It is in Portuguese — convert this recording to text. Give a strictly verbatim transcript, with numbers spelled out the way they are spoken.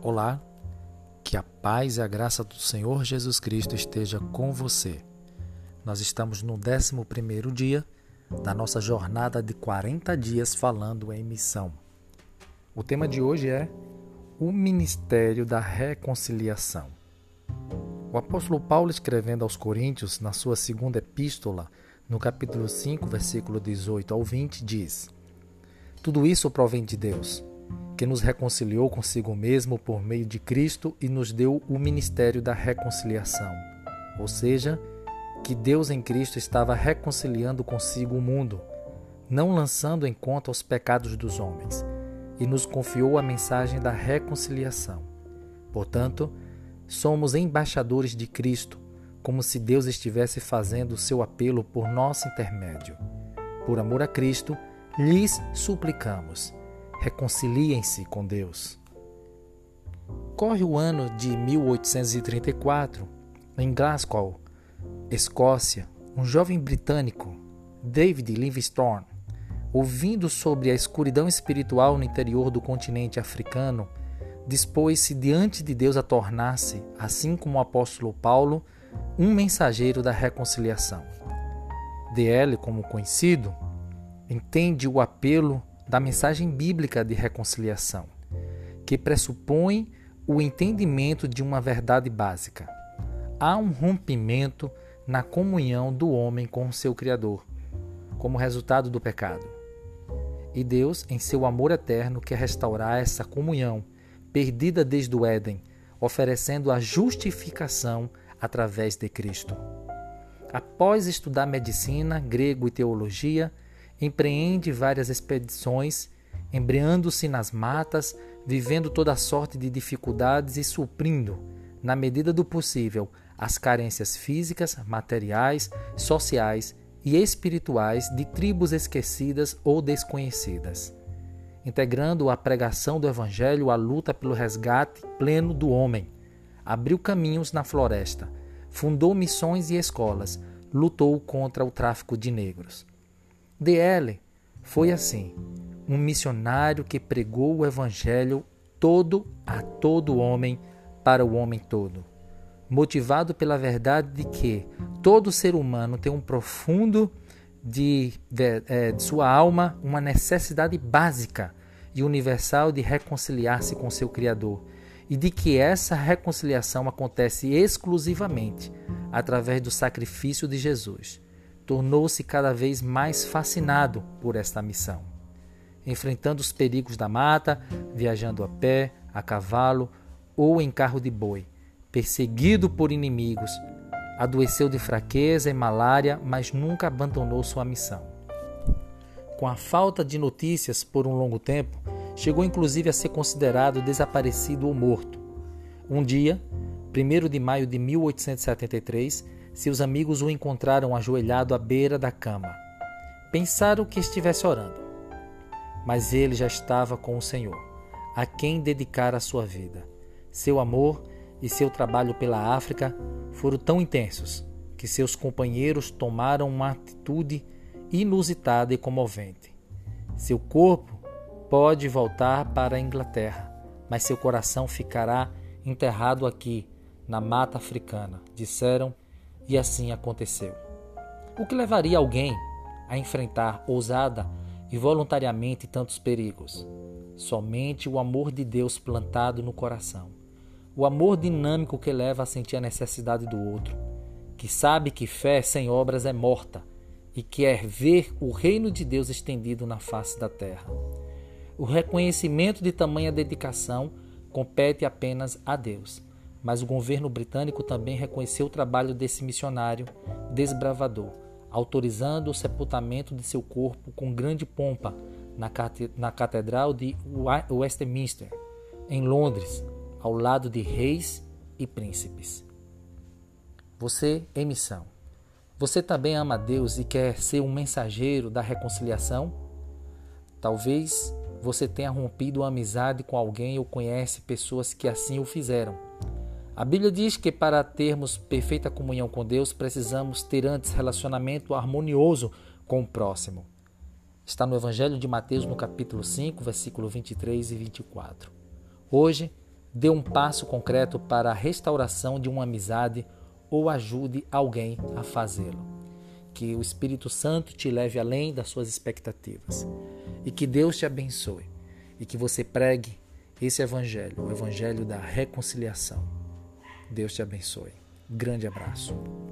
Olá, que a paz e a graça do Senhor Jesus Cristo esteja com você. Nós estamos no décimo primeiro dia da nossa jornada de quarenta dias falando em missão. O tema de hoje é o ministério da reconciliação. O apóstolo Paulo, escrevendo aos Coríntios, na sua segunda epístola, no capítulo cinco, versículo dezoito ao vinte, diz: Tudo isso provém de Deus, que nos reconciliou consigo mesmo por meio de Cristo e nos deu o ministério da reconciliação. Ou seja, que Deus em Cristo estava reconciliando consigo o mundo, não lançando em conta os pecados dos homens, e nos confiou a mensagem da reconciliação. Portanto, somos embaixadores de Cristo, como se Deus estivesse fazendo o seu apelo por nosso intermédio. Por amor a Cristo, lhes suplicamos: reconciliem-se com Deus. Corre o ano de mil oitocentos e trinta e quatro, em Glasgow, Escócia, um jovem britânico, David Livingstone, ouvindo sobre a escuridão espiritual no interior do continente africano, dispôs-se diante de Deus a tornar-se, assim como o apóstolo Paulo, um mensageiro da reconciliação. D L, como conhecido, entende o apelo da mensagem bíblica de reconciliação, que pressupõe o entendimento de uma verdade básica. Há um rompimento na comunhão do homem com o seu Criador, como resultado do pecado. E Deus, em seu amor eterno, quer restaurar essa comunhão, perdida desde o Éden, oferecendo a justificação através de Cristo. Após estudar medicina, grego e teologia, empreende várias expedições, embreando-se nas matas, vivendo toda sorte de dificuldades e suprindo, na medida do possível, as carências físicas, materiais, sociais e espirituais de tribos esquecidas ou desconhecidas, integrando a pregação do Evangelho à luta pelo resgate pleno do homem. Abriu caminhos na floresta, fundou missões e escolas, lutou contra o tráfico de negros. D L foi assim, um missionário que pregou o Evangelho todo a todo homem para o homem todo, motivado pela verdade de que todo ser humano tem um profundo de, de, é, de sua alma, uma necessidade básica e universal de reconciliar-se com seu Criador, e de que essa reconciliação acontece exclusivamente através do sacrifício de Jesus. Tornou-se cada vez mais fascinado por esta missão. Enfrentando os perigos da mata, viajando a pé, a cavalo ou em carro de boi, perseguido por inimigos, adoeceu de fraqueza e malária, mas nunca abandonou sua missão. Com a falta de notícias por um longo tempo, chegou inclusive a ser considerado desaparecido ou morto. Um dia, primeiro de maio de mil oitocentos e setenta e três, seus amigos o encontraram ajoelhado à beira da cama. Pensaram que estivesse orando, mas ele já estava com o Senhor, a quem dedicara a sua vida. Seu amor e seu trabalho pela África foram tão intensos que seus companheiros tomaram uma atitude inusitada e comovente. Seu corpo pode voltar para a Inglaterra, mas seu coração ficará enterrado aqui, na mata africana, disseram, e assim aconteceu. O que levaria alguém a enfrentar ousada e voluntariamente tantos perigos? Somente o amor de Deus plantado no coração. O amor dinâmico que leva a sentir a necessidade do outro, que sabe que fé sem obras é morta e quer ver o reino de Deus estendido na face da terra. O reconhecimento de tamanha dedicação compete apenas a Deus, mas o governo britânico também reconheceu o trabalho desse missionário desbravador, autorizando o sepultamento de seu corpo com grande pompa na Catedral de Westminster, em Londres, ao lado de reis e príncipes. Você em missão. Você também ama a Deus e quer ser um mensageiro da reconciliação? Talvez você tenha rompido uma amizade com alguém ou conhece pessoas que assim o fizeram. A Bíblia diz que para termos perfeita comunhão com Deus, precisamos ter antes relacionamento harmonioso com o próximo. Está no Evangelho de Mateus, no capítulo cinco, versículo vinte e três e vinte e quatro. Hoje, Dê um passo concreto para a restauração de uma amizade ou ajude alguém a fazê-lo. Que o Espírito Santo te leve além das suas expectativas. E que Deus te abençoe. E que você pregue esse evangelho, o evangelho da reconciliação. Deus te abençoe. Grande abraço.